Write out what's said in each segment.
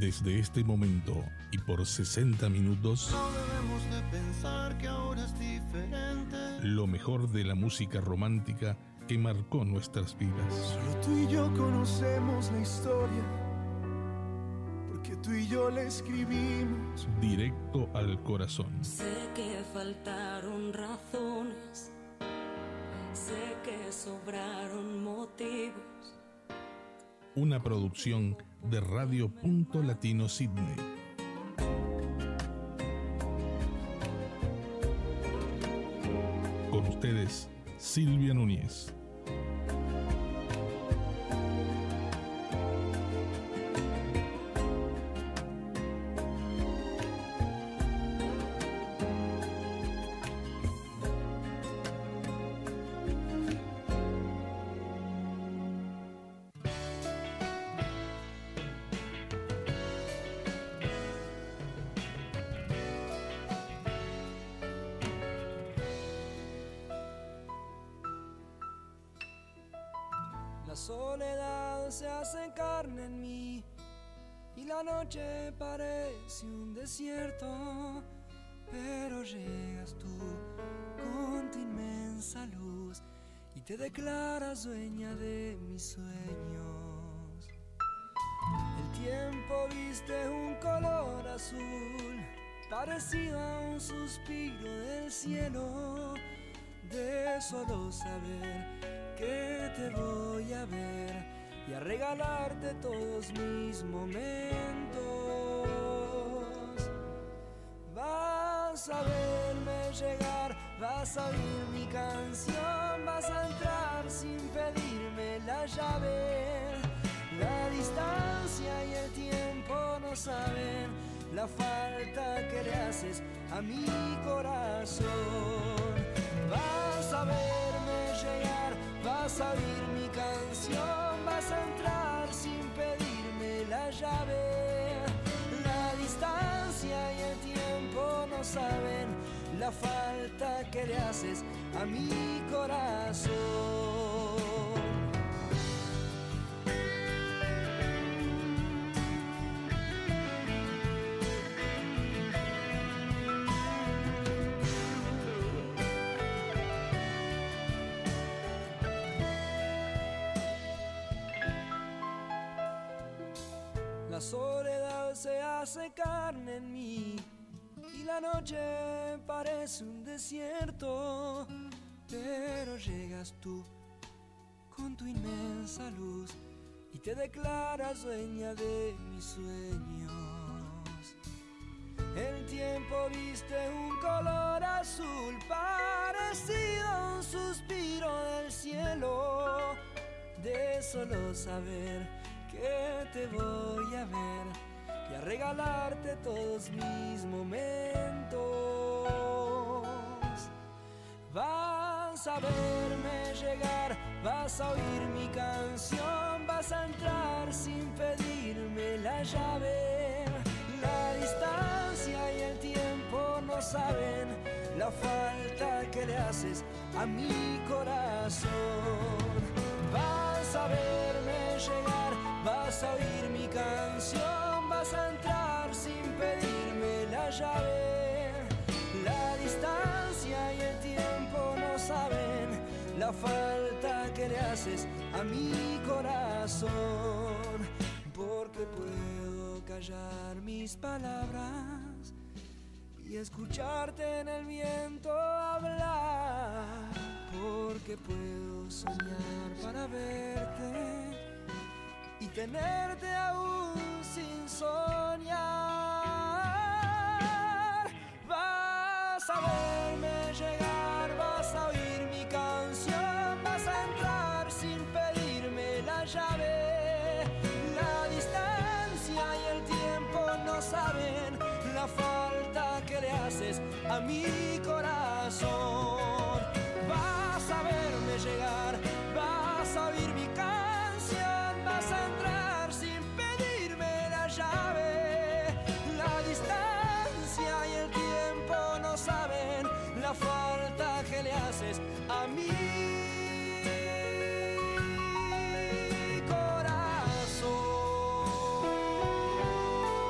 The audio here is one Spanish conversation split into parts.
Desde este momento y por 60 minutos, no debemos de pensar que ahora es diferente. Lo mejor de la música romántica que marcó nuestras vidas. Solo tú y yo conocemos la historia, porque tú y yo la escribimos. Directo al corazón. Sé que faltaron razones, sé que sobraron motivos. Una producción de Radio Punto Latino Sydney. Con ustedes, Silvia Núñez. La soledad se hace carne en mí y la noche parece un desierto, pero llegas tú con tu inmensa luz y te declaras dueña de mis sueños. El tiempo viste un color azul parecido a un suspiro del cielo, de solo saber que te voy a ver y a regalarte todos mis momentos. Vas a verme llegar, vas a oír mi canción, vas a entrar sin pedirme la llave. La distancia y el tiempo no saben la falta que le haces a mi corazón. Vas a verme llegar, vas a oír mi canción, vas a entrar sin pedirme la llave. La distancia y el tiempo no saben la falta que le haces a mi corazón. La soledad se hace carne en mí y la noche parece un desierto, pero llegas tú con tu inmensa luz y te declaras dueña de mis sueños. El tiempo viste un color azul parecido a un suspiro del cielo, de solo saber que te voy a ver y a regalarte todos mis momentos. Vas a verme llegar, vas a oír mi canción, vas a entrar sin pedirme la llave. La distancia y el tiempo no saben la falta que le haces a mi corazón. Vas a verme llegar, vas a oír mi canción, vas a entrar sin pedirme la llave. La distancia y el tiempo no saben la falta que le haces a mi corazón. Porque puedo callar mis palabras y escucharte en el viento hablar. Porque puedo soñar para verte y tenerte aún sin soñar. Vas a verme llegar, vas a oír mi canción, vas a entrar sin pedirme la llave. La distancia y el tiempo no saben la falta que le haces a mi corazón. Vas a verme llegar, vas a oír mi canción, vas a entrar sin pedirme la llave. La distancia y el tiempo no saben la falta que le haces a mi corazón.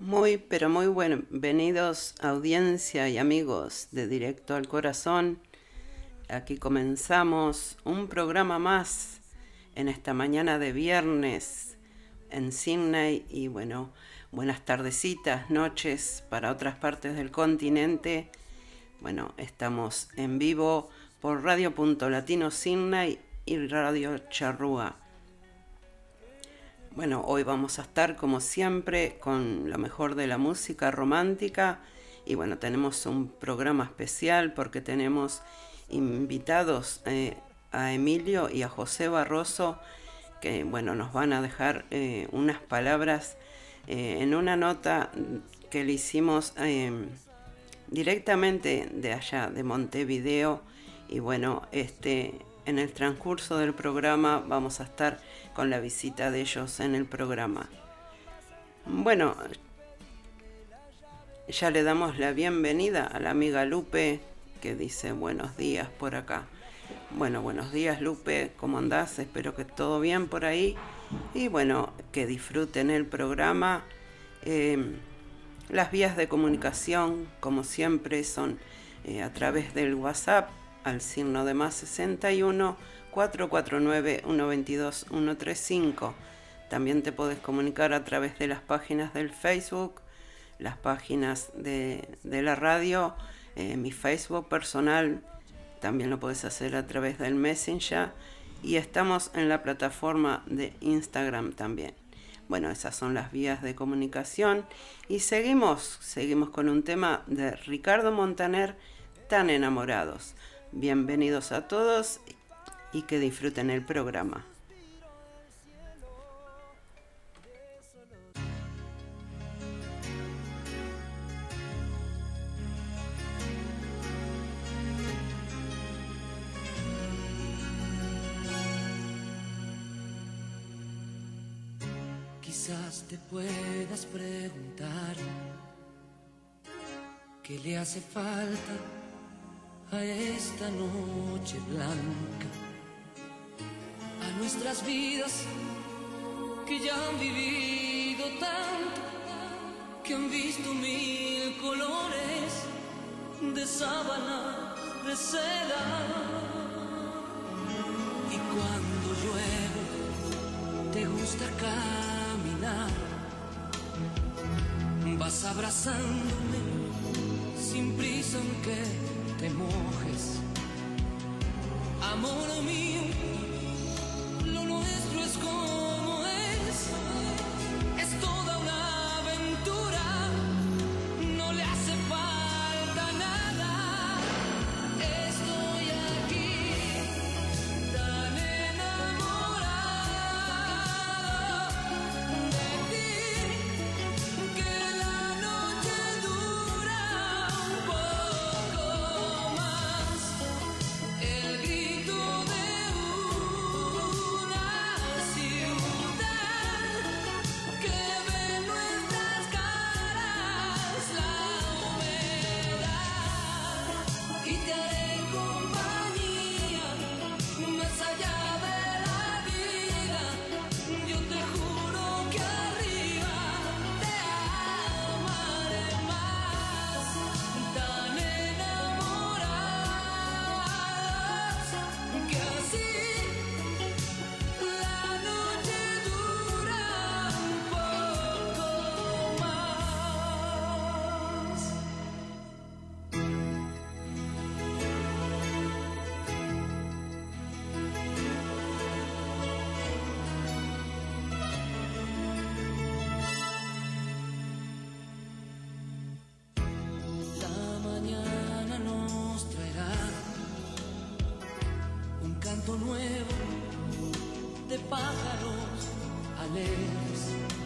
Muy, pero muy bienvenidos audiencia y amigos de Directo al Corazón. Aquí comenzamos un programa más en esta mañana de viernes en Sydney y bueno, buenas tardecitas, noches para otras partes del continente. Bueno, estamos en vivo por Radio Punto Latino Sydney y Radio Charrúa. Bueno, hoy vamos a estar como siempre con lo mejor de la música romántica y bueno, tenemos un programa especial porque tenemos invitados a Emilio y a José Barroso que bueno, nos van a dejar unas palabras en una nota que le hicimos directamente de allá, de Montevideo y bueno, en el transcurso del programa vamos a estar con la visita de ellos en el programa. Bueno, ya le damos la bienvenida a la amiga Lupe, que dice buenos días por acá. Bueno, buenos días Lupe, ¿cómo andás? Espero que todo bien por ahí. Y bueno, que disfruten el programa. Las vías de comunicación, como siempre, son a través del WhatsApp, al signo de más 61 449 122 135. También te podés comunicar a través de las páginas del Facebook, las páginas de la radio, mi Facebook personal, también lo podés hacer a través del Messenger y estamos en la plataforma de Instagram también. Bueno, esas son las vías de comunicación y seguimos con un tema de Ricardo Montaner, Tan enamorados. Bienvenidos a todos y que disfruten el programa. Quizás te puedas preguntar qué le hace falta a esta noche blanca, a nuestras vidas que ya han vivido tanto, que han visto 1000 colores de sábana, de seda. Y cuando llueve te gusta caminar, vas abrazándome sin prisa aunque te mojes. Amor mío, lo nuestro es como es toda una aventura, no le hace falta nada. Estoy aquí, tan enamorado de ti, que la noche dura un poco más. El grito de una ciudad que ve en nuestras caras la humedad, y te haré compañía más allá de la vida. Yo te juro que arriba te amaré más. Tan enamorados que así la noche dura un poco más. La mañana nos traerá un canto nuevo de pájaros alegres.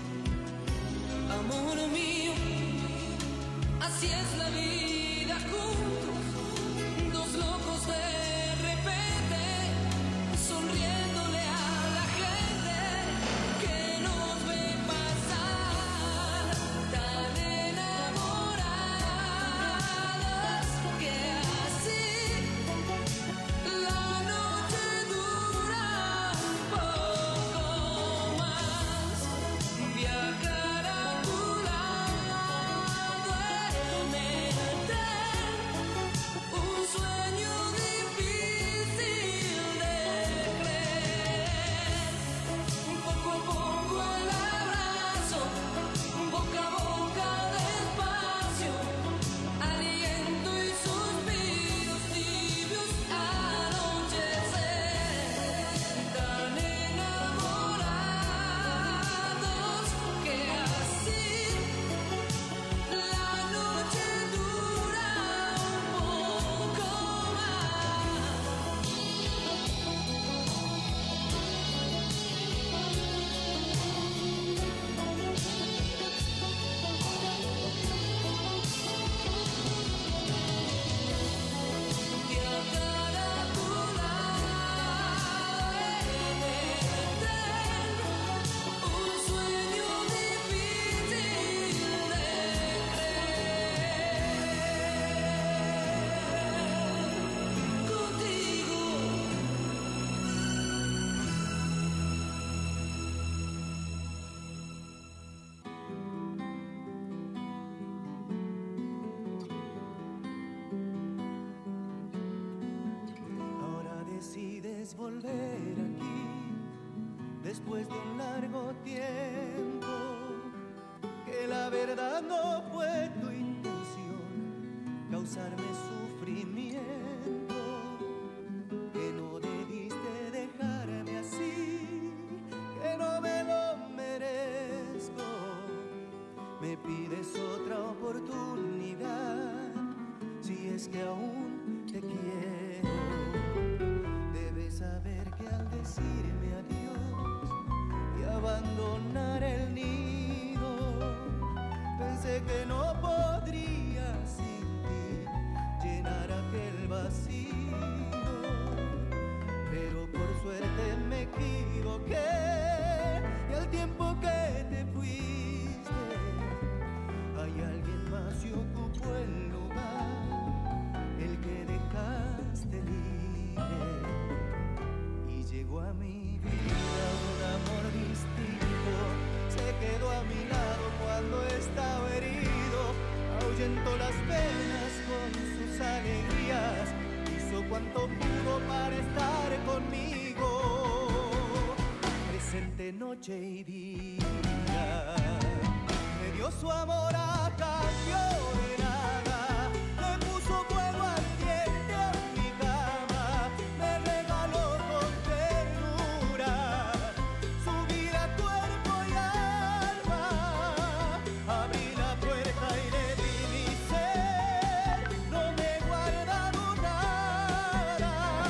Amor mío, así es la vida juntos, dos locos de repente, sonriéndole a la gente que nos ve pasar. Tan enamorados que así la noche dura un poco más. Viajar a tu lado decides volver aquí, después de un largo tiempo, que la verdad no fue tu intención causarme sufrimiento, que no debiste dejarme así, que no me lo merezco. Me pides otra oportunidad, si es que aún te quiero. Debes saber que al decirme adiós y abandonar el nido, pensé que no podría sin ti llenar aquel vacío, pero por suerte me equivoqué y al tiempo que te fuiste hay alguien más y ocupó el lugar, el que dejaste libre. Y llegó a mi vida un amor distinto, se quedó a mi lado cuando estaba herido, ahuyentó las penas con sus alegrías, hizo cuanto pudo para estar conmigo, presente, noche y día. Me dio su amor a cambio de nada, me puso fuego ardiente a mi cama, me regaló con ternura su vida, cuerpo y alma. Abrí la puerta y le di mi ser, no me he guardado nada.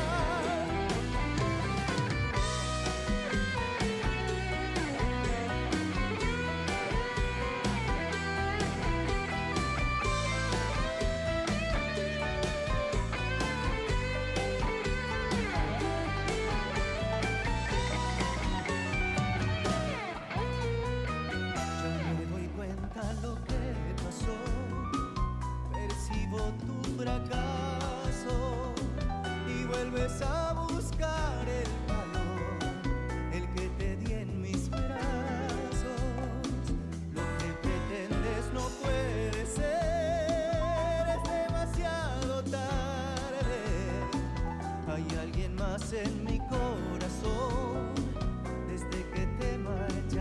Ya me doy cuenta lo que pasó, percibo tu fracaso y vuelves a buscar el calor, el que te di en mis brazos. Lo que pretendes no puede ser, es demasiado tarde. Hay alguien más en mi corazón desde que te marchaste.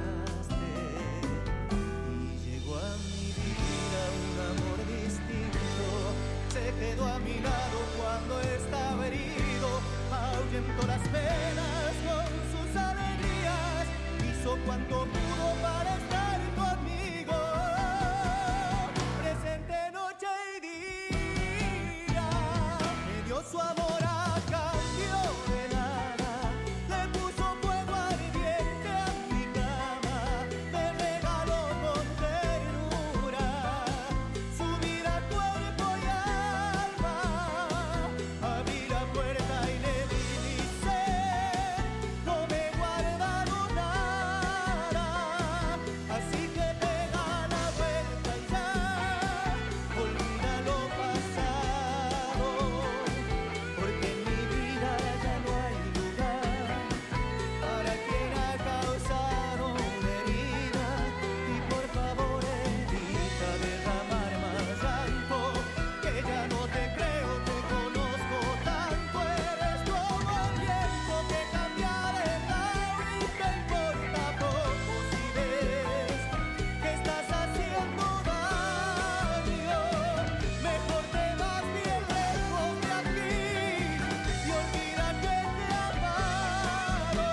Y llegó a mi vida un amor distinto, se quedó a mi lado cuando estaba herido, ahuyentó las penas con sus alegrías, hizo cuanto pudo para estar conmigo, presente, noche y día. Me dio su amor a cambio de nada, le puso fuego ardiente a mi cama, me regaló con ternura su vida, cuerpo y alma. Abrí la puerta y le di mi ser, no me he guardado nada. Así que pega la vuelta y ya, olvida lo pasado, porque en mi vida ya no hay lugar para quien ha causado una herida. Y por favor evita derramar más llanto, que ya no te creo, te conozco tanto. Eres como el viento que cambia de lado y te importa poco si ves que estás haciendo daño. Mejor te vas bien lejos de aquí y olvida que te he amado.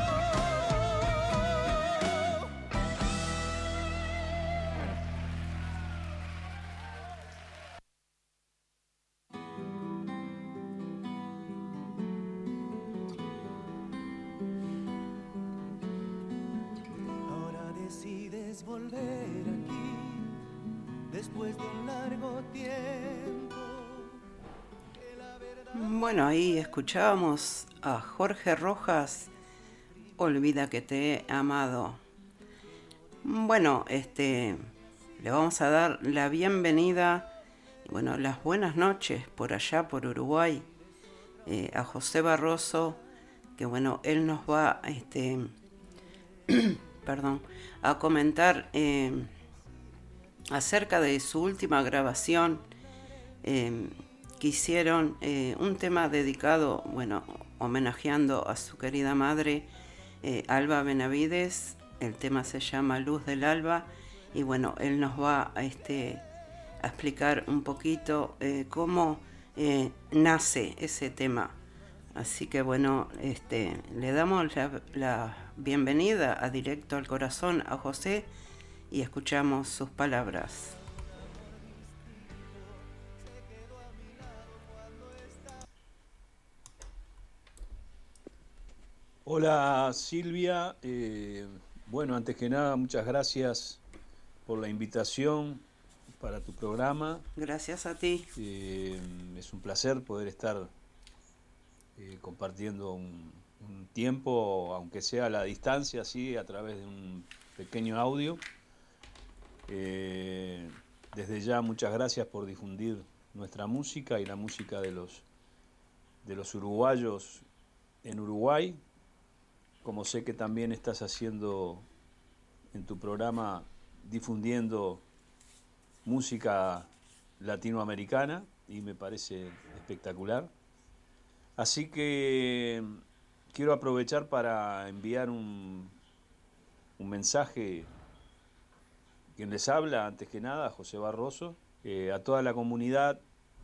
Ahora decides volver aquí, después de un largo tiempo, que la verdad... Bueno, ahí escuchábamos a Jorge Rojas, Olvida que te he amado. Bueno, le vamos a dar la bienvenida y bueno, las buenas noches por allá, por Uruguay, a José Barroso, que bueno, él nos va a comentar acerca de su última grabación, que hicieron un tema dedicado, bueno, homenajeando a su querida madre, Alba Benavides. El tema se llama Luz del Alba y bueno, él nos va a explicar un poquito cómo nace ese tema. Así que bueno, le damos la bienvenida a Directo al Corazón a José y escuchamos sus palabras. Hola Silvia, bueno, antes que nada muchas gracias por la invitación para tu programa. Gracias a ti. Es un placer poder estar compartiendo un tiempo, aunque sea a la distancia, así, a través de un pequeño audio. Desde ya muchas gracias por difundir nuestra música y la música de los uruguayos en Uruguay, como sé que también estás haciendo en tu programa, difundiendo música latinoamericana, y me parece espectacular. Así que quiero aprovechar para enviar un mensaje. Quien les habla, antes que nada, José Barroso, a toda la comunidad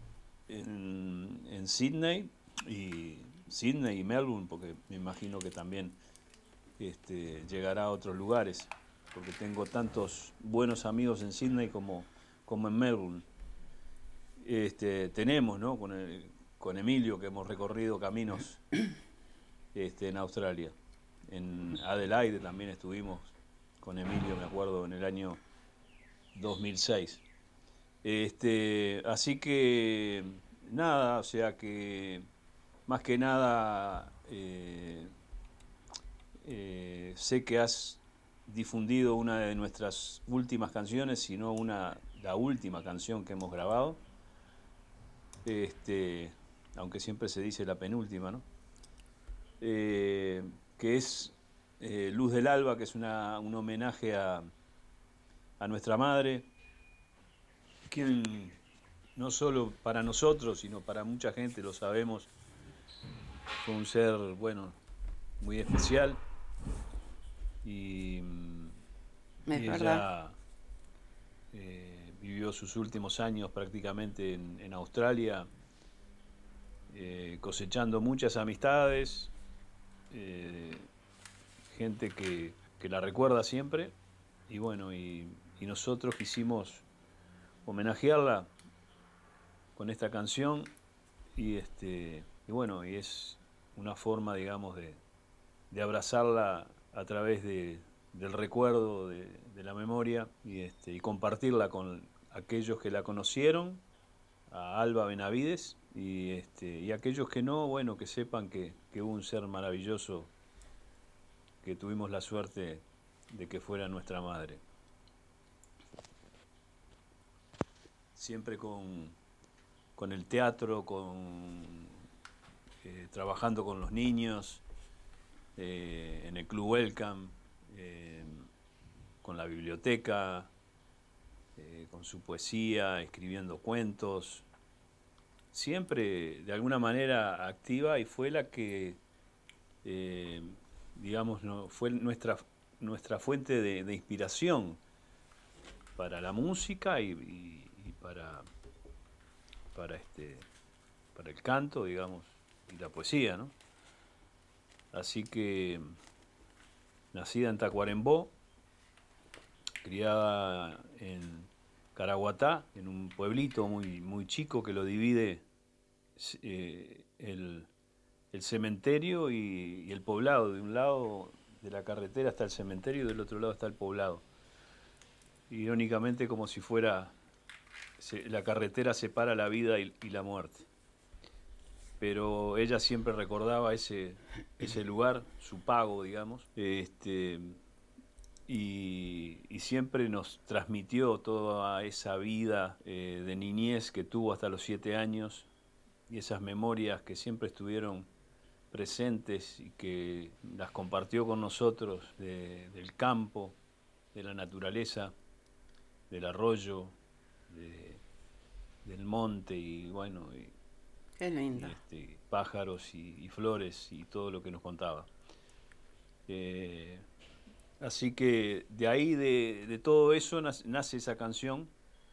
en Sydney y Melbourne, porque me imagino que también llegará a otros lugares, porque tengo tantos buenos amigos en Sydney como en Melbourne. Tenemos, ¿no? Con Emilio, que hemos recorrido caminos en Australia. En Adelaide también estuvimos con Emilio, me acuerdo, en el año 2006. Así que nada, o sea que más que nada sé que has difundido una de nuestras últimas canciones, si no la última canción que hemos grabado, aunque siempre se dice la penúltima, ¿no? Que es Luz del Alba, que es un homenaje a nuestra madre, quien no solo para nosotros, sino para mucha gente, lo sabemos, fue un ser, bueno, muy especial, y ella vivió sus últimos años prácticamente en Australia, cosechando muchas amistades, gente que la recuerda siempre, y bueno, y nosotros quisimos homenajearla con esta canción, y bueno, y es una forma, digamos, de abrazarla a través del recuerdo, de la memoria, y compartirla con aquellos que la conocieron, a Alba Benavides, y aquellos que no, bueno, que sepan que hubo un ser maravilloso, que tuvimos la suerte de que fuera nuestra madre. Siempre con el teatro, trabajando con los niños, en el Club Welcome, con la biblioteca, con su poesía, escribiendo cuentos, siempre de alguna manera activa, y fue la que, digamos, fue nuestra fuente de inspiración para la música y para el canto, digamos, y la poesía, ¿no? Así que, nacida en Tacuarembó, criada en Caraguatá, en un pueblito muy, muy chico que lo divide el cementerio y el poblado. De un lado de la carretera está el cementerio y del otro lado está el poblado. Irónicamente, como si fuera la carretera separa la vida y la muerte. Pero ella siempre recordaba ese lugar, su pago, digamos, y siempre nos transmitió toda esa vida de niñez que tuvo hasta los 7 años, y esas memorias que siempre estuvieron presentes y que las compartió con nosotros del campo, de la naturaleza, del arroyo, del monte, y bueno, Qué lindo. Pájaros y flores y todo lo que nos contaba. Así que de ahí, de todo eso, nace esa canción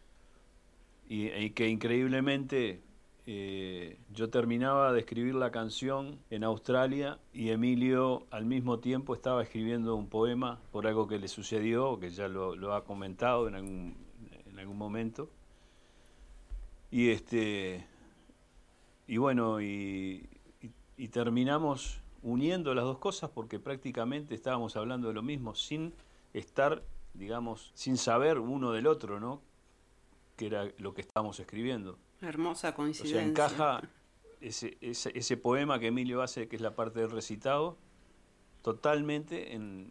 y que increíblemente yo terminaba de escribir la canción en Australia y Emilio al mismo tiempo estaba escribiendo un poema por algo que le sucedió, que ya lo ha comentado en algún momento. Y bueno, y terminamos uniendo las dos cosas porque prácticamente estábamos hablando de lo mismo, sin estar, digamos, sin saber uno del otro, ¿no? Que era lo que estábamos escribiendo. Hermosa coincidencia. O sea, encaja ese poema que Emilio hace, que es la parte del recitado, totalmente en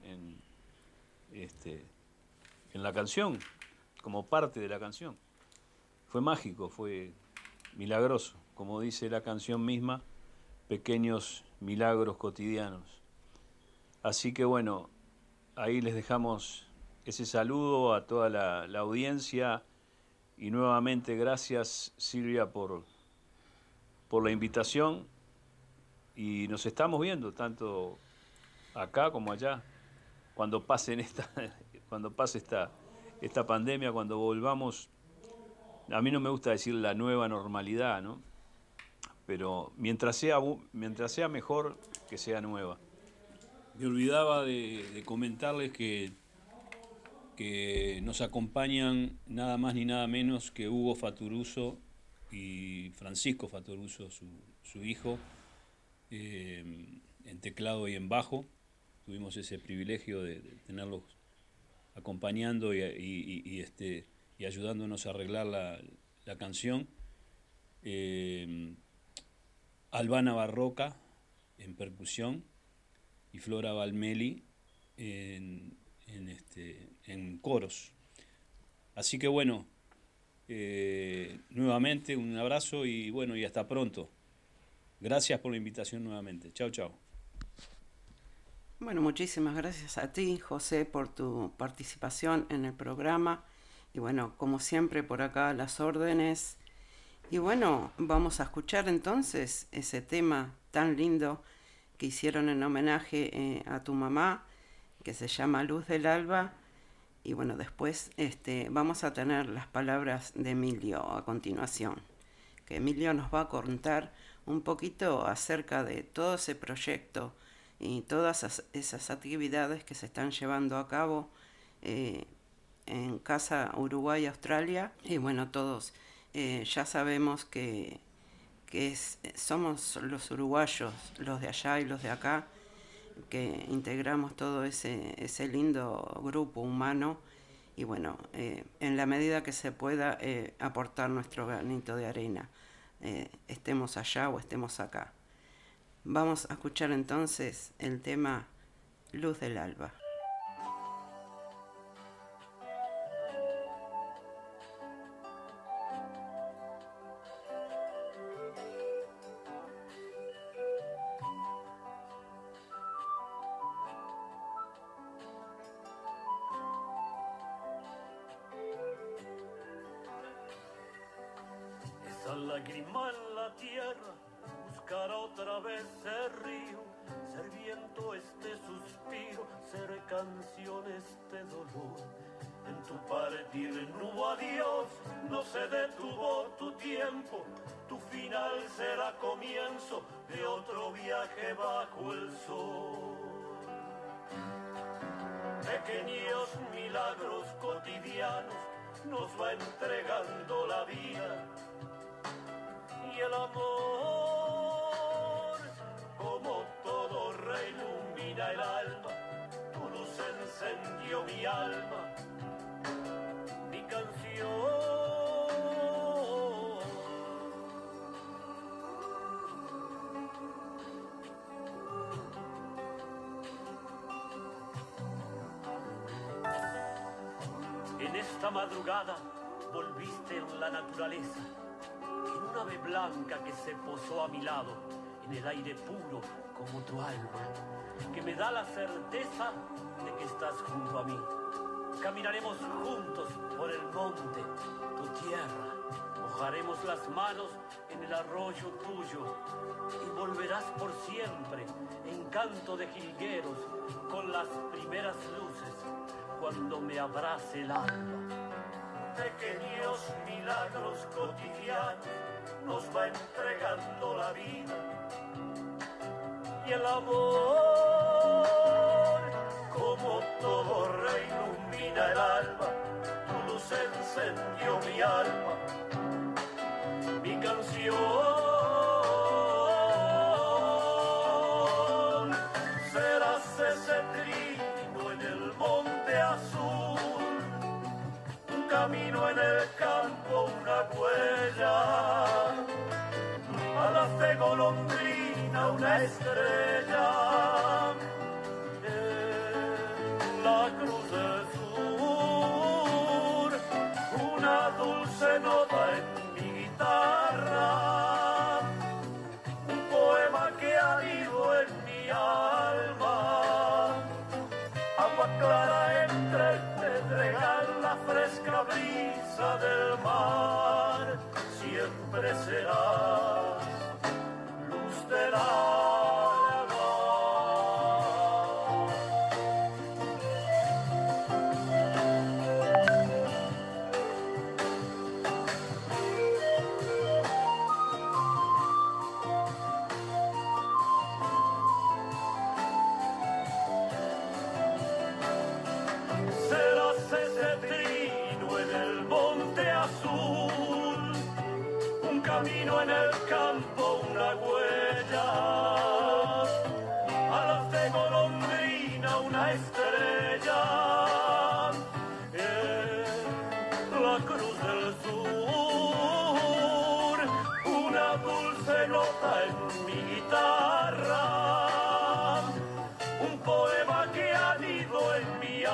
la canción, como parte de la canción. Fue mágico, fue milagroso, como dice la canción misma, pequeños milagros cotidianos. Así que bueno, ahí les dejamos ese saludo a toda la audiencia y nuevamente gracias, Silvia, por la invitación y nos estamos viendo tanto acá como allá cuando pase esta pandemia, cuando volvamos. A mí no me gusta decir la nueva normalidad, ¿no? Pero mientras sea mejor, que sea nueva. Me olvidaba de comentarles que nos acompañan nada más ni nada menos que Hugo Fatoruso y Francisco Fatoruso, su hijo, en teclado y en bajo. Tuvimos ese privilegio de tenerlos acompañando y ayudándonos a arreglar la canción. Albana Barroca en percusión y Flora Valmeli en coros. Así que bueno, nuevamente un abrazo y bueno, y hasta pronto. Gracias por la invitación nuevamente. Chao, chao. Bueno, muchísimas gracias a ti, José, por tu participación en el programa. Y bueno, como siempre, por acá a las órdenes. Y bueno, vamos a escuchar entonces ese tema tan lindo que hicieron en homenaje a tu mamá, que se llama Luz del Alba. Y bueno, después vamos a tener las palabras de Emilio a continuación, que Emilio nos va a contar un poquito acerca de todo ese proyecto y todas esas actividades que se están llevando a cabo en Casa Uruguay Australia. Y bueno, todos ya sabemos que somos los uruguayos, los de allá y los de acá, que integramos todo ese lindo grupo humano y bueno, en la medida que se pueda aportar nuestro granito de arena, estemos allá o estemos acá. Vamos a escuchar entonces el tema Luz del Alba. Esa lágrima en la tierra buscará otra vez el río, ser viento este suspiro, ser canción este dolor. En tu partir no hubo adiós, no se detuvo tu tiempo, tu final será comienzo de otro viaje bajo el sol. Pequeños milagros cotidianos nos va entregando la vida y el amor, como todo reilumina el alma, tu luz encendió mi alma, mi canción. En esta madrugada volviste en la naturaleza, en un ave blanca que se posó a mi lado, en el aire puro como tu alma, que me da la certeza de que estás junto a mí. Caminaremos juntos por el monte, tu tierra, mojaremos las manos en el arroyo tuyo y volverás por siempre en canto de jilgueros con las primeras luces cuando me abrace el alma. Pequeños milagros cotidianos nos va entregando la vida y el amor, como todo reilumina el alma, tu luz encendió mi alma, mi canción. Serás ese trigo en el monte azul, un camino en el campo, una huella, alas de golondrina, una estrella, en la cruz del sur, una dulce nota en mi guitarra, un poema que ha ido en mi alma, agua clara entre el pedregal, la fresca brisa del mar, siempre serás luz del alma. Serás ese trino en el monte azul, un camino en el campo, una huella, alas de golondrina, una estrella, en la cruz del sur, una dulce nota en mi guitarra, un poema que ha ido en mi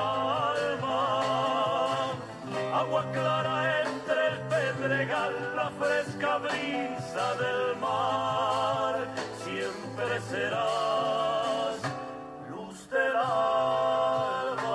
alma, agua clara entre el pedregal, la fresca brisa del mar, siempre serás luz del alma.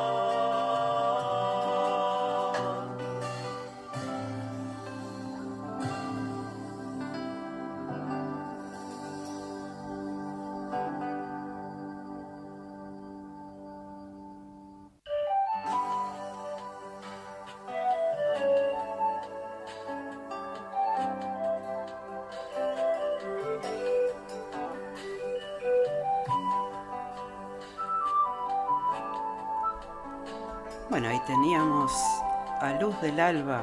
Bueno, ahí teníamos A Luz del Alba.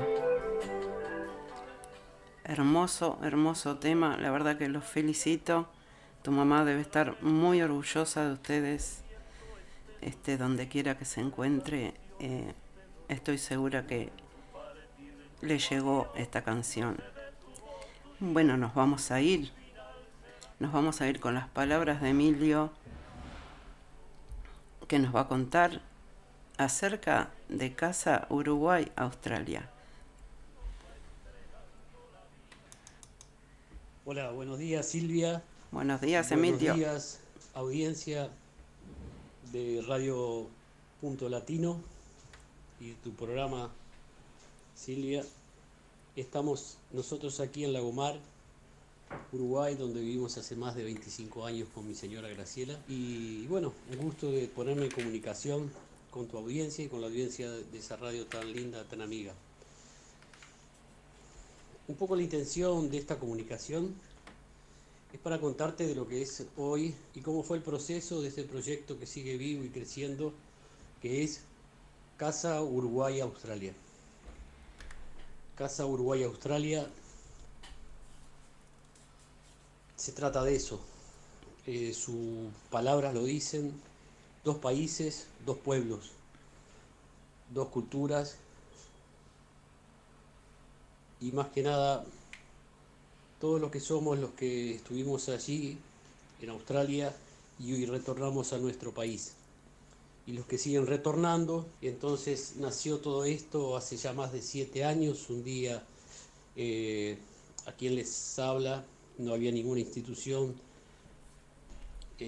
Hermoso, hermoso tema. La verdad que los felicito. Tu mamá debe estar muy orgullosa de ustedes. Donde quiera que se encuentre, estoy segura que le llegó esta canción. Bueno, nos vamos a ir. Nos vamos a ir con las palabras de Emilio, que nos va a contar acerca de Casa Uruguay, Australia. Hola, buenos días Silvia. Buenos días, Emilio. Buenos días, audiencia de Radio Punto Latino y tu programa, Silvia. Estamos nosotros aquí en Lagomar, Uruguay, donde vivimos hace más de 25 años con mi señora Graciela. Y bueno, un gusto de ponerme en comunicación con tu audiencia y con la audiencia de esa radio tan linda, tan amiga. Un poco la intención de esta comunicación es para contarte de lo que es hoy y cómo fue el proceso de este proyecto que sigue vivo y creciendo, que es Casa Uruguay Australia. Casa Uruguay Australia se trata de eso. Sus palabras lo dicen: 2 países, 2 pueblos, 2 culturas y más que nada todos los que somos los que estuvimos allí en Australia y hoy retornamos a nuestro país y los que siguen retornando. Y entonces nació todo esto hace ya más de 7 años. Un día a quien les habla, no había ninguna institución,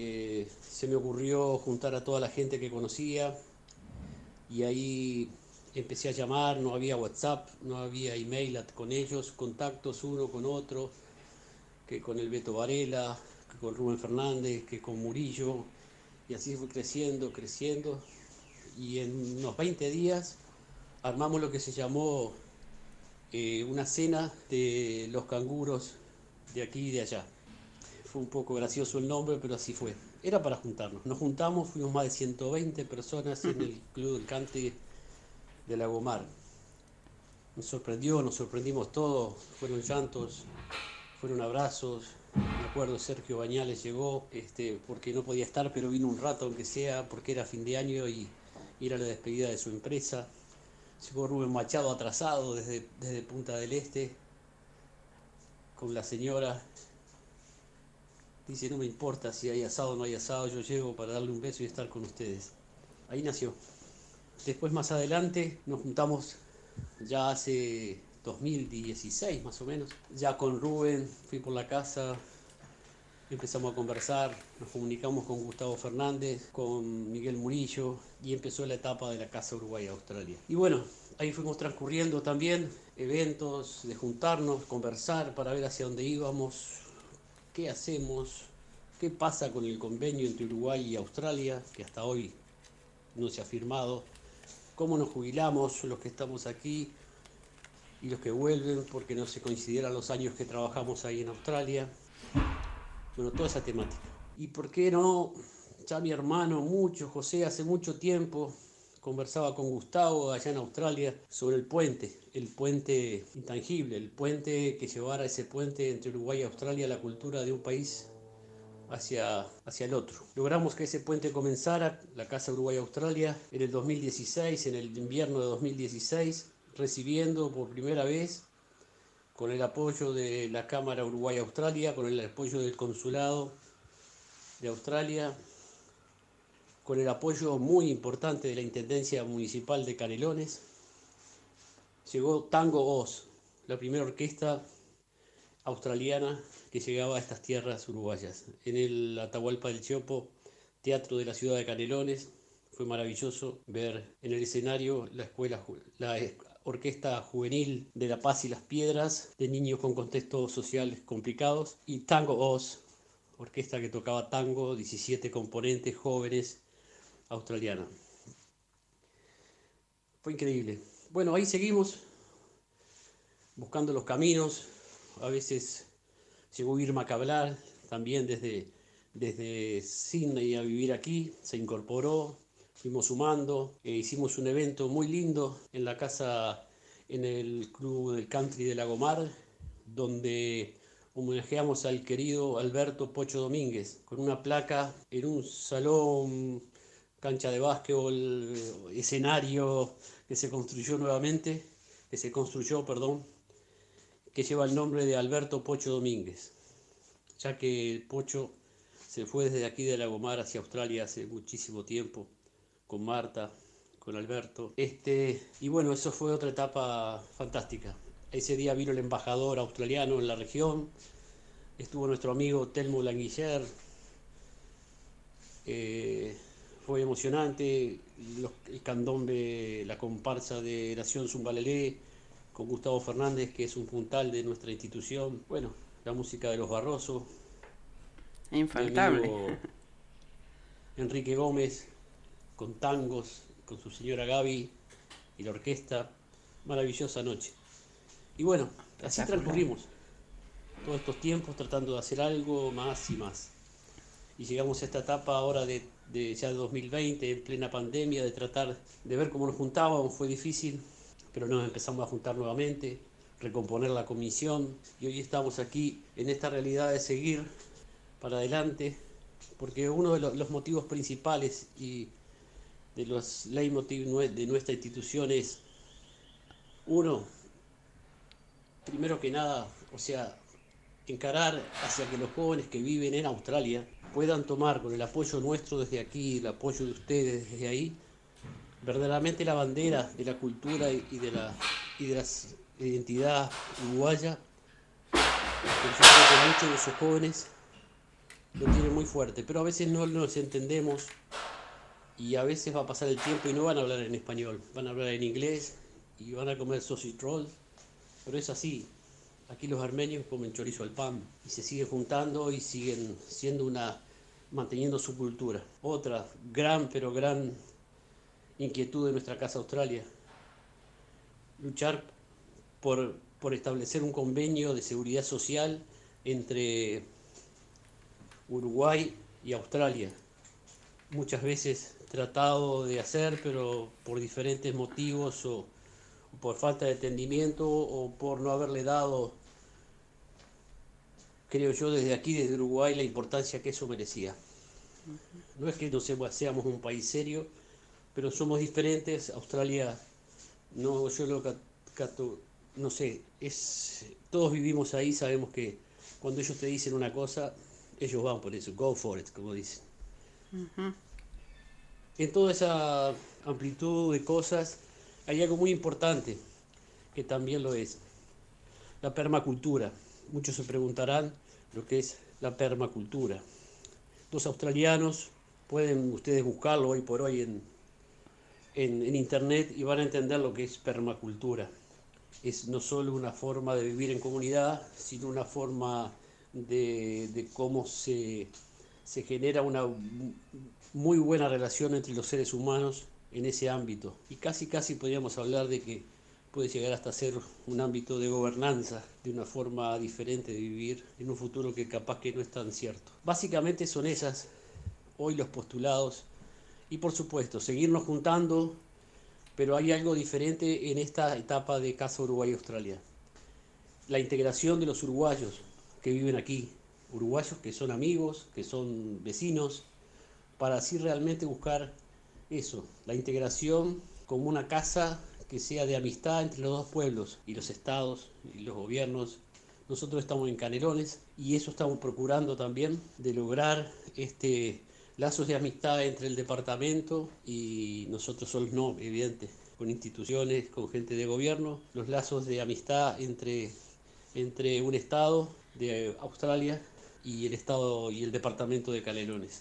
se me ocurrió juntar a toda la gente que conocía y ahí empecé a llamar, no había WhatsApp, no había email con ellos, contactos uno con otro, que con el Beto Varela, que con Rubén Fernández, que con Murillo, y así fue creciendo, y en unos 20 días armamos lo que se llamó una cena de los canguros de aquí y de allá. Fue un poco gracioso el nombre, pero así fue. Era para juntarnos. Nos juntamos, fuimos más de 120 personas en el Club del Cante de Lagomar. Nos sorprendimos todos. Fueron llantos, fueron abrazos. Me acuerdo, Sergio Bañales llegó, porque no podía estar, pero vino un rato, aunque sea, porque era fin de año y era la despedida de su empresa. Llegó Rubén Machado atrasado desde Punta del Este, con la señora. Dice, no me importa si hay asado o no hay asado, yo llego para darle un beso y estar con ustedes. Ahí nació. Después, más adelante, nos juntamos ya hace 2016 más o menos. Ya con Rubén fui por la casa, empezamos a conversar, nos comunicamos con Gustavo Fernández, con Miguel Murillo, y empezó la etapa de la Casa Uruguay-Australia. Y bueno, ahí fuimos transcurriendo también eventos de juntarnos, conversar para ver hacia dónde íbamos, qué hacemos, qué pasa con el convenio entre Uruguay y Australia, que hasta hoy no se ha firmado, cómo nos jubilamos los que estamos aquí y los que vuelven porque no se consideran los años que trabajamos ahí en Australia. Bueno, toda esa temática. ¿Y por qué no? Ya mi hermano, José, hace mucho tiempo conversaba con Gustavo allá en Australia sobre el puente intangible, el puente que llevara ese puente entre Uruguay y Australia, la cultura de un país hacia el otro. Logramos que ese puente comenzara, la Casa Uruguay-Australia, en el 2016, en el invierno de 2016, recibiendo por primera vez, con el apoyo de la Cámara Uruguay-Australia, con el apoyo del Consulado de Australia, con el apoyo muy importante de la Intendencia Municipal de Canelones, llegó Tango Oz, la primera orquesta australiana que llegaba a estas tierras uruguayas. En el Atahualpa del Chopo, teatro de la ciudad de Canelones, fue maravilloso ver en el escenario la orquesta juvenil de La Paz y las Piedras, de niños con contextos sociales complicados, y Tango Oz, orquesta que tocaba tango, 17 componentes jóvenes australianos. Fue increíble. Bueno, ahí seguimos buscando los caminos. A veces llegó Irma Cabral, también desde Sydney a vivir aquí, se incorporó, fuimos sumando, hicimos un evento muy lindo en la casa, en el Club del Country de Lagomar, donde homenajeamos al querido Alberto Pocho Domínguez, con una placa en un salón, cancha de básquetbol, escenario que se construyó, que lleva el nombre de Alberto Pocho Domínguez, ya que Pocho se fue desde aquí de Lagomar hacia Australia hace muchísimo tiempo, con Marta, con Alberto. Y bueno, eso fue otra etapa fantástica. Ese día vino el embajador australiano en la región, estuvo nuestro amigo Telmo Languiller, fue emocionante, el candombe, la comparsa de Nación Zumbalelé, con Gustavo Fernández, que es un puntal de nuestra institución. Bueno, la música de los Barroso. Infaltable. Enrique Gómez, con tangos, con su señora Gaby y la orquesta. Maravillosa noche. Y bueno, así transcurrimos todos estos tiempos tratando de hacer algo más y más. Y llegamos a esta etapa ahora de ya de 2020, en plena pandemia, de tratar de ver cómo nos juntábamos. Fue difícil, pero nos empezamos a juntar nuevamente, recomponer la comisión, y hoy estamos aquí en esta realidad de seguir para adelante, porque uno de los motivos principales y de los leitmotiv de nuestra institución es, primero que nada, encarar hacia que los jóvenes que viven en Australia puedan tomar, con el apoyo nuestro desde aquí, el apoyo de ustedes desde ahí, verdaderamente la bandera de la cultura y de la identidad uruguaya. Yo creo que muchos de esos jóvenes lo tienen muy fuerte, pero a veces no nos entendemos y a veces va a pasar el tiempo y no van a hablar en español, van a hablar en inglés y van a comer sausage roll, pero es así. Aquí los armenios comen chorizo al pan y se siguen juntando y siguen manteniendo su cultura. Otra gran inquietud de nuestra Casa Australia, luchar por establecer un convenio de seguridad social entre Uruguay y Australia. Muchas veces tratado de hacer, pero por diferentes motivos o por falta de entendimiento o por no haberle dado, creo yo, desde aquí, desde Uruguay, la importancia que eso merecía. No es que no seamos un país serio, pero somos diferentes. Australia, no, yo lo cato, no sé, todos vivimos ahí, sabemos que cuando ellos te dicen una cosa, ellos van por eso, go for it, como dicen. En toda esa amplitud de cosas hay algo muy importante, que también lo es, la permacultura. Muchos se preguntarán lo que es la permacultura. Los australianos, pueden ustedes buscarlo hoy por hoy en internet y van a entender lo que es permacultura. Es no solo una forma de vivir en comunidad, sino una forma de cómo se genera una muy buena relación entre los seres humanos en ese ámbito. Y casi podríamos hablar de que puede llegar hasta ser un ámbito de gobernanza, de una forma diferente de vivir en un futuro que capaz que no es tan cierto. Básicamente son esas hoy los postulados y por supuesto seguirnos juntando, pero hay algo diferente en esta etapa de Casa Uruguay y Australia. La integración de los uruguayos que viven aquí, uruguayos que son amigos, que son vecinos, para así realmente buscar eso, la integración como una casa que sea de amistad entre los dos pueblos y los estados y los gobiernos. Nosotros estamos en Canelones y eso estamos procurando también, de lograr lazos de amistad entre el departamento y nosotros solos, no, evidente, con instituciones, con gente de gobierno, los lazos de amistad entre un estado de Australia y el estado y el departamento de Canelones.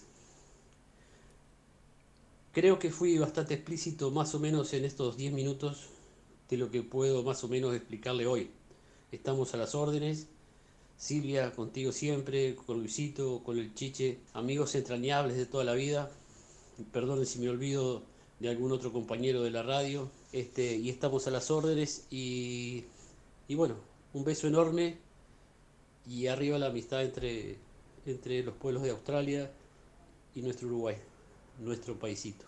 Creo que fui bastante explícito más o menos en estos 10 minutos de lo que puedo más o menos explicarle hoy. Estamos a las órdenes. Silvia, contigo siempre, con Luisito, con el Chiche, amigos entrañables de toda la vida. Perdonen si me olvido de algún otro compañero de la radio. Y estamos a las órdenes y bueno, un beso enorme y arriba la amistad entre los pueblos de Australia y nuestro Uruguay, nuestro paisito.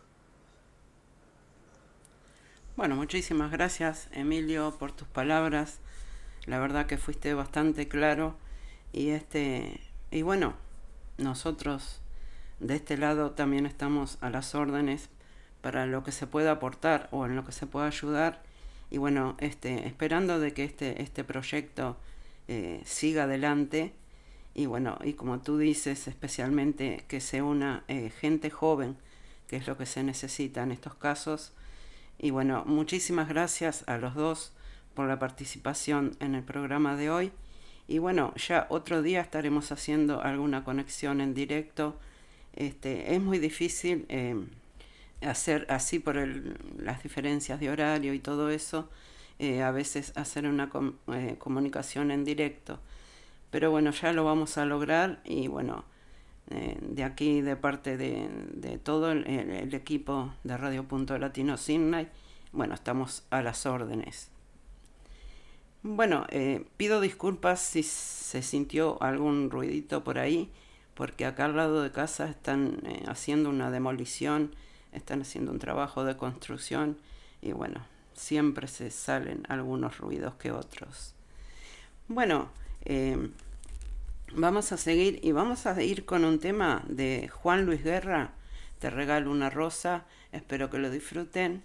Bueno, muchísimas gracias, Emilio, por tus palabras. La verdad que fuiste bastante claro y bueno, nosotros de este lado también estamos a las órdenes para lo que se pueda aportar o en lo que se pueda ayudar y bueno, esperando de que este proyecto siga adelante y bueno, y como tú dices, especialmente que se una gente joven, que es lo que se necesita en estos casos. Y bueno, muchísimas gracias a los dos por la participación en el programa de hoy. Y bueno, ya otro día estaremos haciendo alguna conexión en directo. Es muy difícil hacer así por las diferencias de horario y todo eso, a veces hacer una comunicación en directo. Pero bueno, ya lo vamos a lograr y bueno, de aquí de parte de todo el equipo de Radio Punto Latino Sydney, bueno, estamos a las órdenes. Bueno, pido disculpas si se sintió algún ruidito por ahí, porque acá al lado de casa están haciendo una demolición, están haciendo un trabajo de construcción y bueno, siempre se salen algunos ruidos que otros. Bueno, vamos a seguir y vamos a ir con un tema de Juan Luis Guerra, Te regalo una rosa, espero que lo disfruten.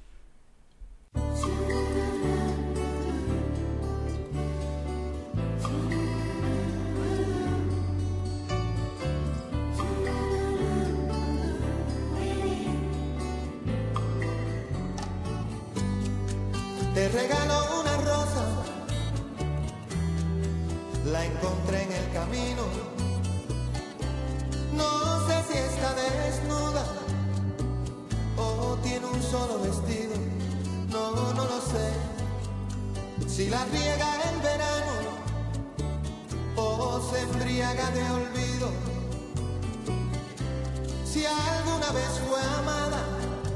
Te regalo una rosa, la encontré en el camino. No sé si está desnuda tiene un solo vestido, no lo sé. Si la riega el verano o se embriaga de olvido, si alguna vez fue amada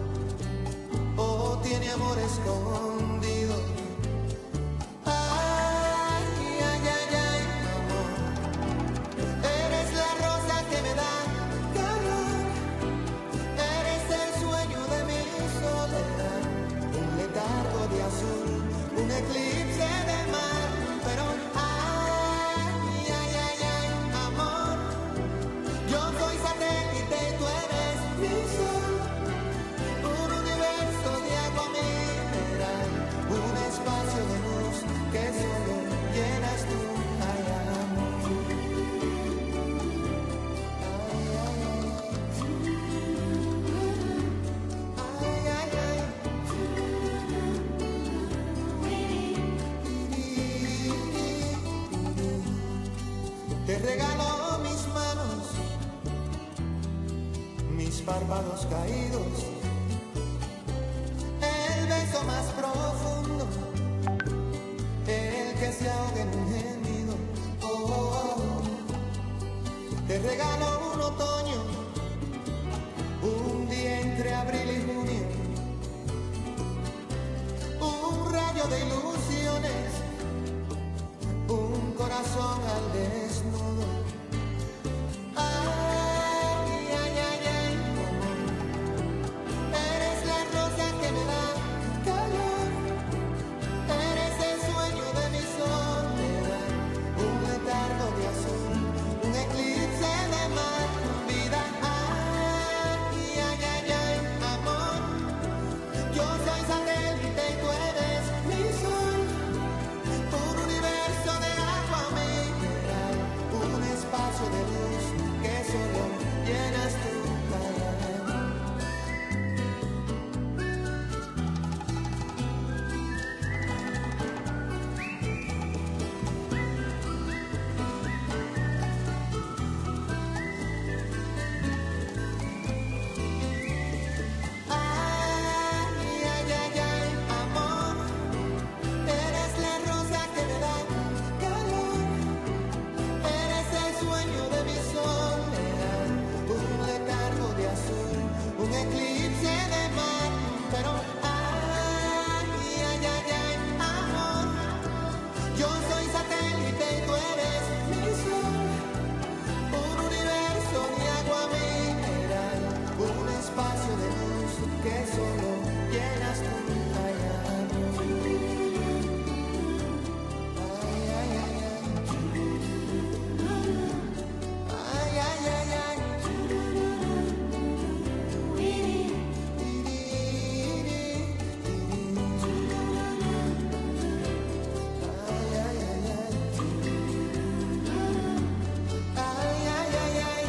o tiene amor escondido. Ay, ay, ay, ay, amor, eres la rosa que me da calor, eres el sueño de mi soledad, un letargo de azul, un eclipse de mar, pero ay, ay, ay, ay, amor, yo soy satélite y tú eres mi sol, un universo de agua mineral, un espacio de luz que solo llenas tú, ay, amor. Ay, ay, ay. Te regalo mis manos, mis párpados caídos, el beso más profundo, el que se ahoga en un gemido. Oh, oh, oh. Te regalo un otoño, un día entre abril y junio, un rayo de ilusiones, un corazón al desnudo. Ay, ay, ay, ay, amor, eres la rosa que me da calor, eres el sueño de mi soledad, un letargo de azul, un eclipse de mar, vida. Ay, ay, ay, ay, amor, yo soy satélite y tú eres mi sol, un universo de agua mineral, un espacio de luz que solo llenas tú. Ay, ay, ay, ay, amor, eres la rosa que me da calor, eres el sueño de mi soledad, un letargo de azul, un eclipse de mar, pero ay, ay, ay, ay, amor, yo soy satélite y tú eres mi sol, un universo de agua mineral, un espacio de luz que solo llenas tú. Ay, amor. Ay, ay, ay, ay. Ay, ay, ay, ay. Ay, ay, ay, ay. Ay, ay, ay, ay.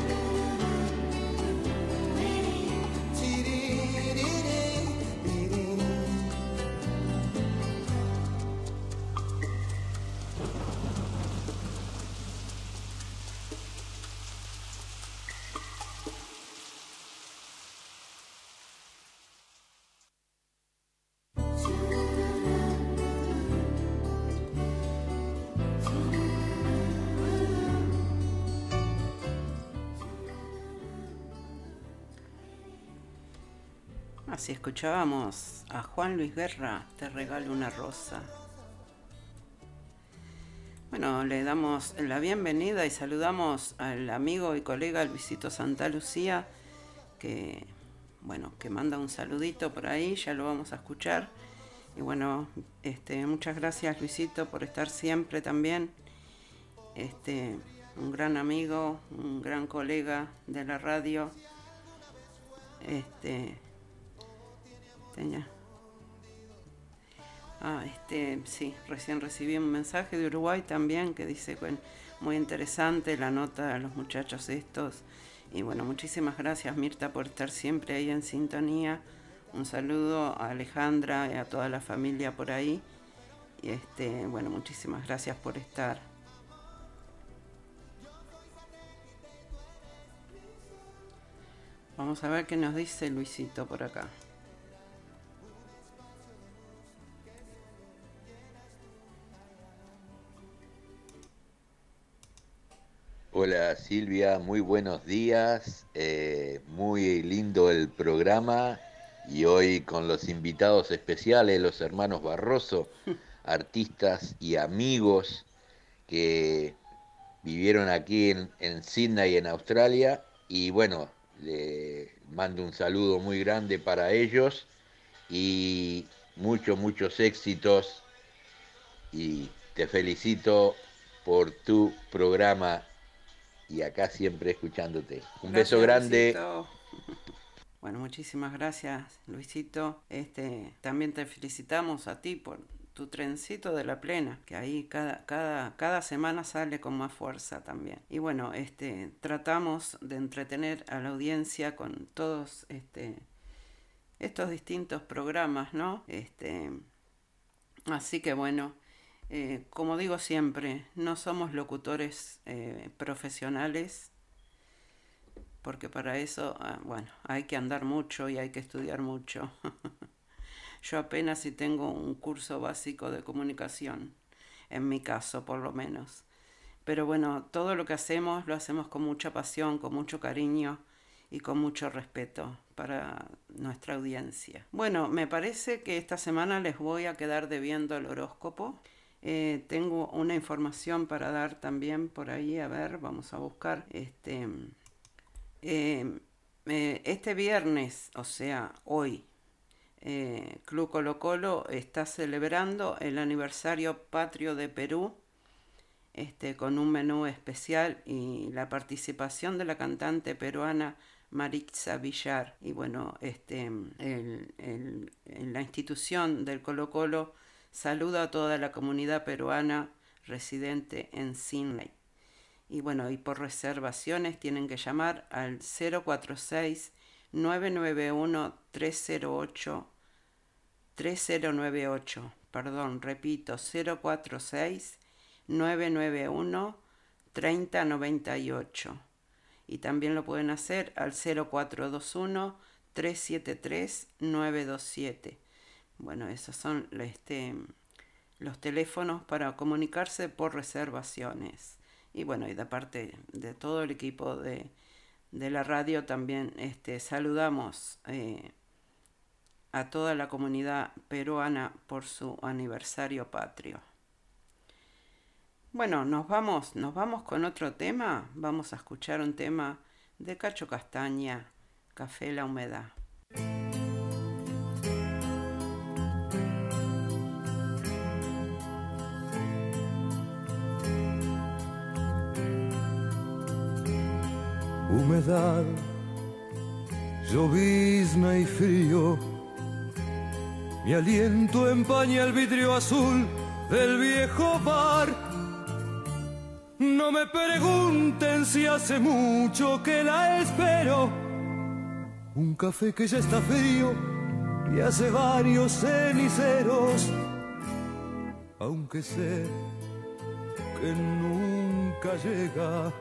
Así escuchábamos a Juan Luis Guerra, Te regalo una rosa. Bueno, le damos la bienvenida y saludamos al amigo y colega Luisito Santa Lucía, que manda un saludito por ahí, ya lo vamos a escuchar. Y bueno, muchas gracias Luisito por estar siempre también. Un gran amigo, un gran colega de la radio. Sí, recién recibí un mensaje de Uruguay también que dice, muy interesante la nota de los muchachos estos. Y bueno, muchísimas gracias Mirta por estar siempre ahí en sintonía. Un saludo a Alejandra y a toda la familia por ahí. Y muchísimas gracias por estar. Vamos a ver qué nos dice Luisito por acá. Hola Silvia, muy buenos días, muy lindo el programa y hoy con los invitados especiales, los hermanos Barroso, artistas y amigos que vivieron aquí en Sydney, en Australia, y bueno, le mando un saludo muy grande para ellos y muchos éxitos y te felicito por tu programa y acá siempre escuchándote. Un beso grande. Luisito. Bueno, muchísimas gracias, Luisito. También te felicitamos a ti por tu trencito de la plena, que ahí cada semana sale con más fuerza también. Y bueno, tratamos de entretener a la audiencia con todos estos distintos programas, ¿no? Así que bueno, como digo siempre, no somos locutores profesionales, porque para eso, bueno, hay que andar mucho y hay que estudiar mucho. Yo apenas si tengo un curso básico de comunicación, en mi caso por lo menos. Pero bueno, todo lo que hacemos lo hacemos con mucha pasión, con mucho cariño y con mucho respeto para nuestra audiencia. Bueno, me parece que esta semana les voy a quedar debiendo el horóscopo. Tengo una información para dar también por ahí, a ver, vamos a buscar. Este viernes, o sea, hoy, Club Colo Colo está celebrando el aniversario patrio de Perú, con un menú especial y la participación de la cantante peruana Maritza Villar. Y bueno, la institución del Colo Colo saluda a toda la comunidad peruana residente en Sydney. Y bueno, y por reservaciones tienen que llamar al 046-991-308-3098. Perdón, repito, 046-991-3098. Y también lo pueden hacer al 0421-373-927. Bueno, esos son los teléfonos para comunicarse por reservaciones. Y bueno, y de parte de todo el equipo de la radio también saludamos a toda la comunidad peruana por su aniversario patrio. Bueno, nos vamos con otro tema. Vamos a escuchar un tema de Cacho Castaña, Café La Humedad. Humedad, llovizna y frío, mi aliento empaña el vidrio azul del viejo bar. No me pregunten si hace mucho que la espero, un café que ya está frío y hace varios ceniceros, aunque sé que nunca llega.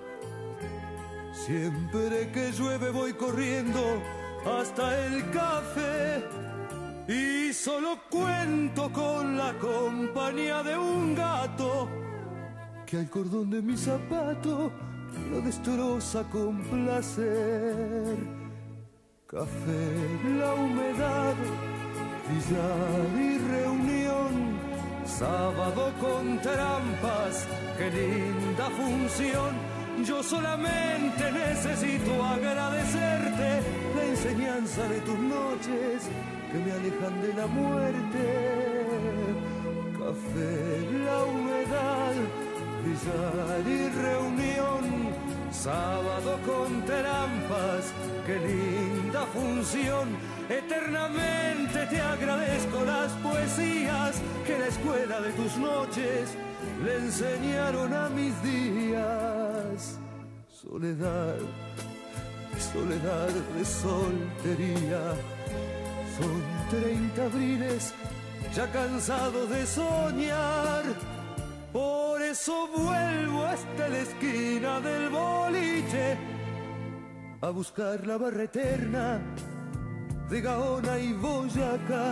Siempre que llueve voy corriendo hasta el café y solo cuento con la compañía de un gato que al cordón de mi zapato lo destroza con placer. Café, La Humedad, billar y reunión, sábado con trampas, qué linda función. Yo solamente necesito agradecerte la enseñanza de tus noches que me alejan de la muerte. Café, La Humedad, billar y reunión, sábado con trampas, qué linda función. Eternamente te agradezco las poesías que la escuela de tus noches le enseñaron a mis días. Soledad, soledad de soltería, son 30 abriles ya cansado de soñar. Por eso vuelvo hasta la esquina del boliche a buscar la barra eterna de Gaona y Boyacá.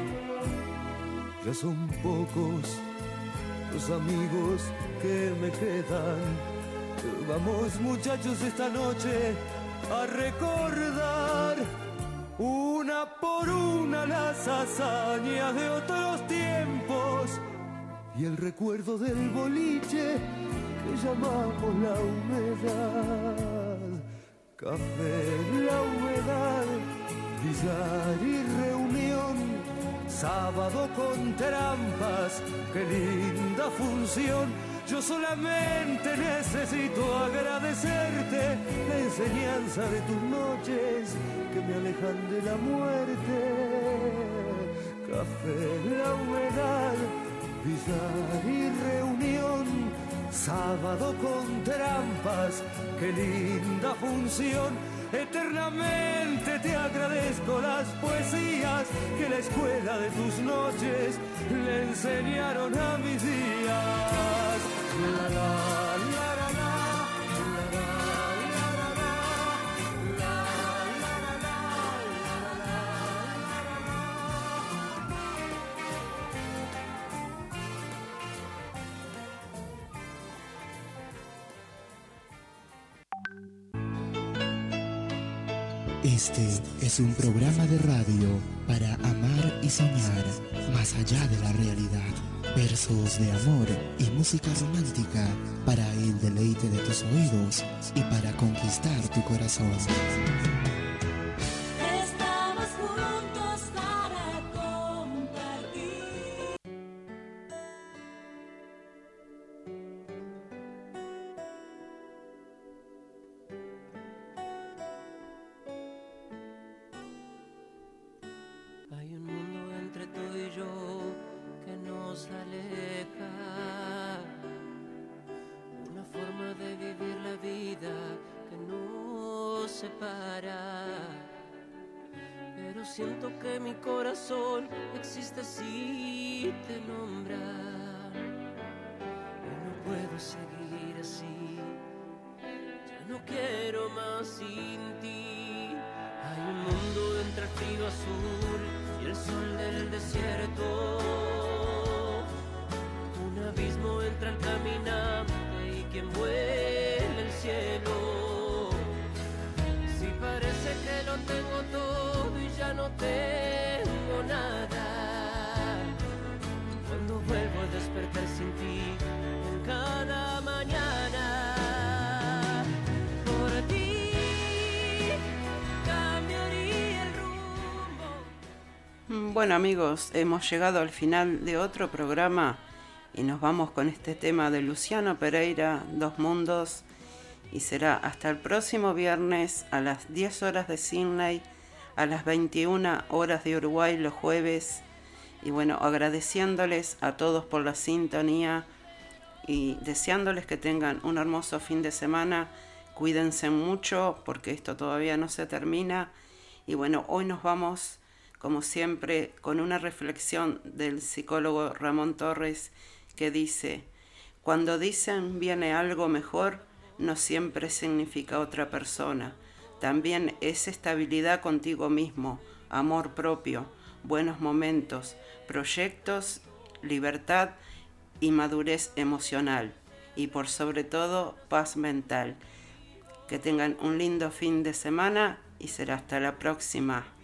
Ya son pocos los amigos que me quedan, Vamos muchachos esta noche a recordar una por una las hazañas de otros tiempos y el recuerdo del boliche que llamamos la humedad. Café, la humedad, billar y reunión, sábado con trampas, qué linda función. Yo solamente necesito agradecerte la enseñanza de tus noches que me alejan de la muerte. Café, la humedad, billar y reunión, sábado con trampas, qué linda función. Eternamente te agradezco las poesías que la escuela de tus noches le enseñaron a mis días. La, la, la, la, la, Este es un programa de radio para amar y soñar más allá de la realidad. Versos de amor y música romántica para el deleite de tus oídos y para conquistar tu corazón. Estamos juntos para compartir. Hay un mundo entre tú y yo que nos aleja, una forma de vivir la vida que nos separa, pero siento que mi corazón existe si te nombra, y no puedo seguir así, ya no quiero más sin ti. Hay un mundo entre el frío azul y el sol del desierto, un abismo entre el caminante y quien vuela el cielo. Si parece que lo tengo todo y ya no tengo nada, cuando vuelvo a despertar sin ti en cada mañana. Por ti Bueno amigos, hemos llegado al final de otro programa y nos vamos con este tema de Luciano Pereira, Dos Mundos, y será hasta el próximo viernes a las 10 horas de Sydney, a las 21 horas de Uruguay los jueves. Y bueno, agradeciéndoles a todos por la sintonía y deseándoles que tengan un hermoso fin de semana. Cuídense mucho porque esto todavía no se termina. Y bueno, hoy nos vamos como siempre con una reflexión del psicólogo Ramón Torres que dice: cuando dicen viene algo mejor, no siempre significa otra persona. También es estabilidad contigo mismo, amor propio, buenos momentos, proyectos, libertad y madurez emocional. Y por sobre todo, paz mental. Que tengan un lindo fin de semana y será hasta la próxima.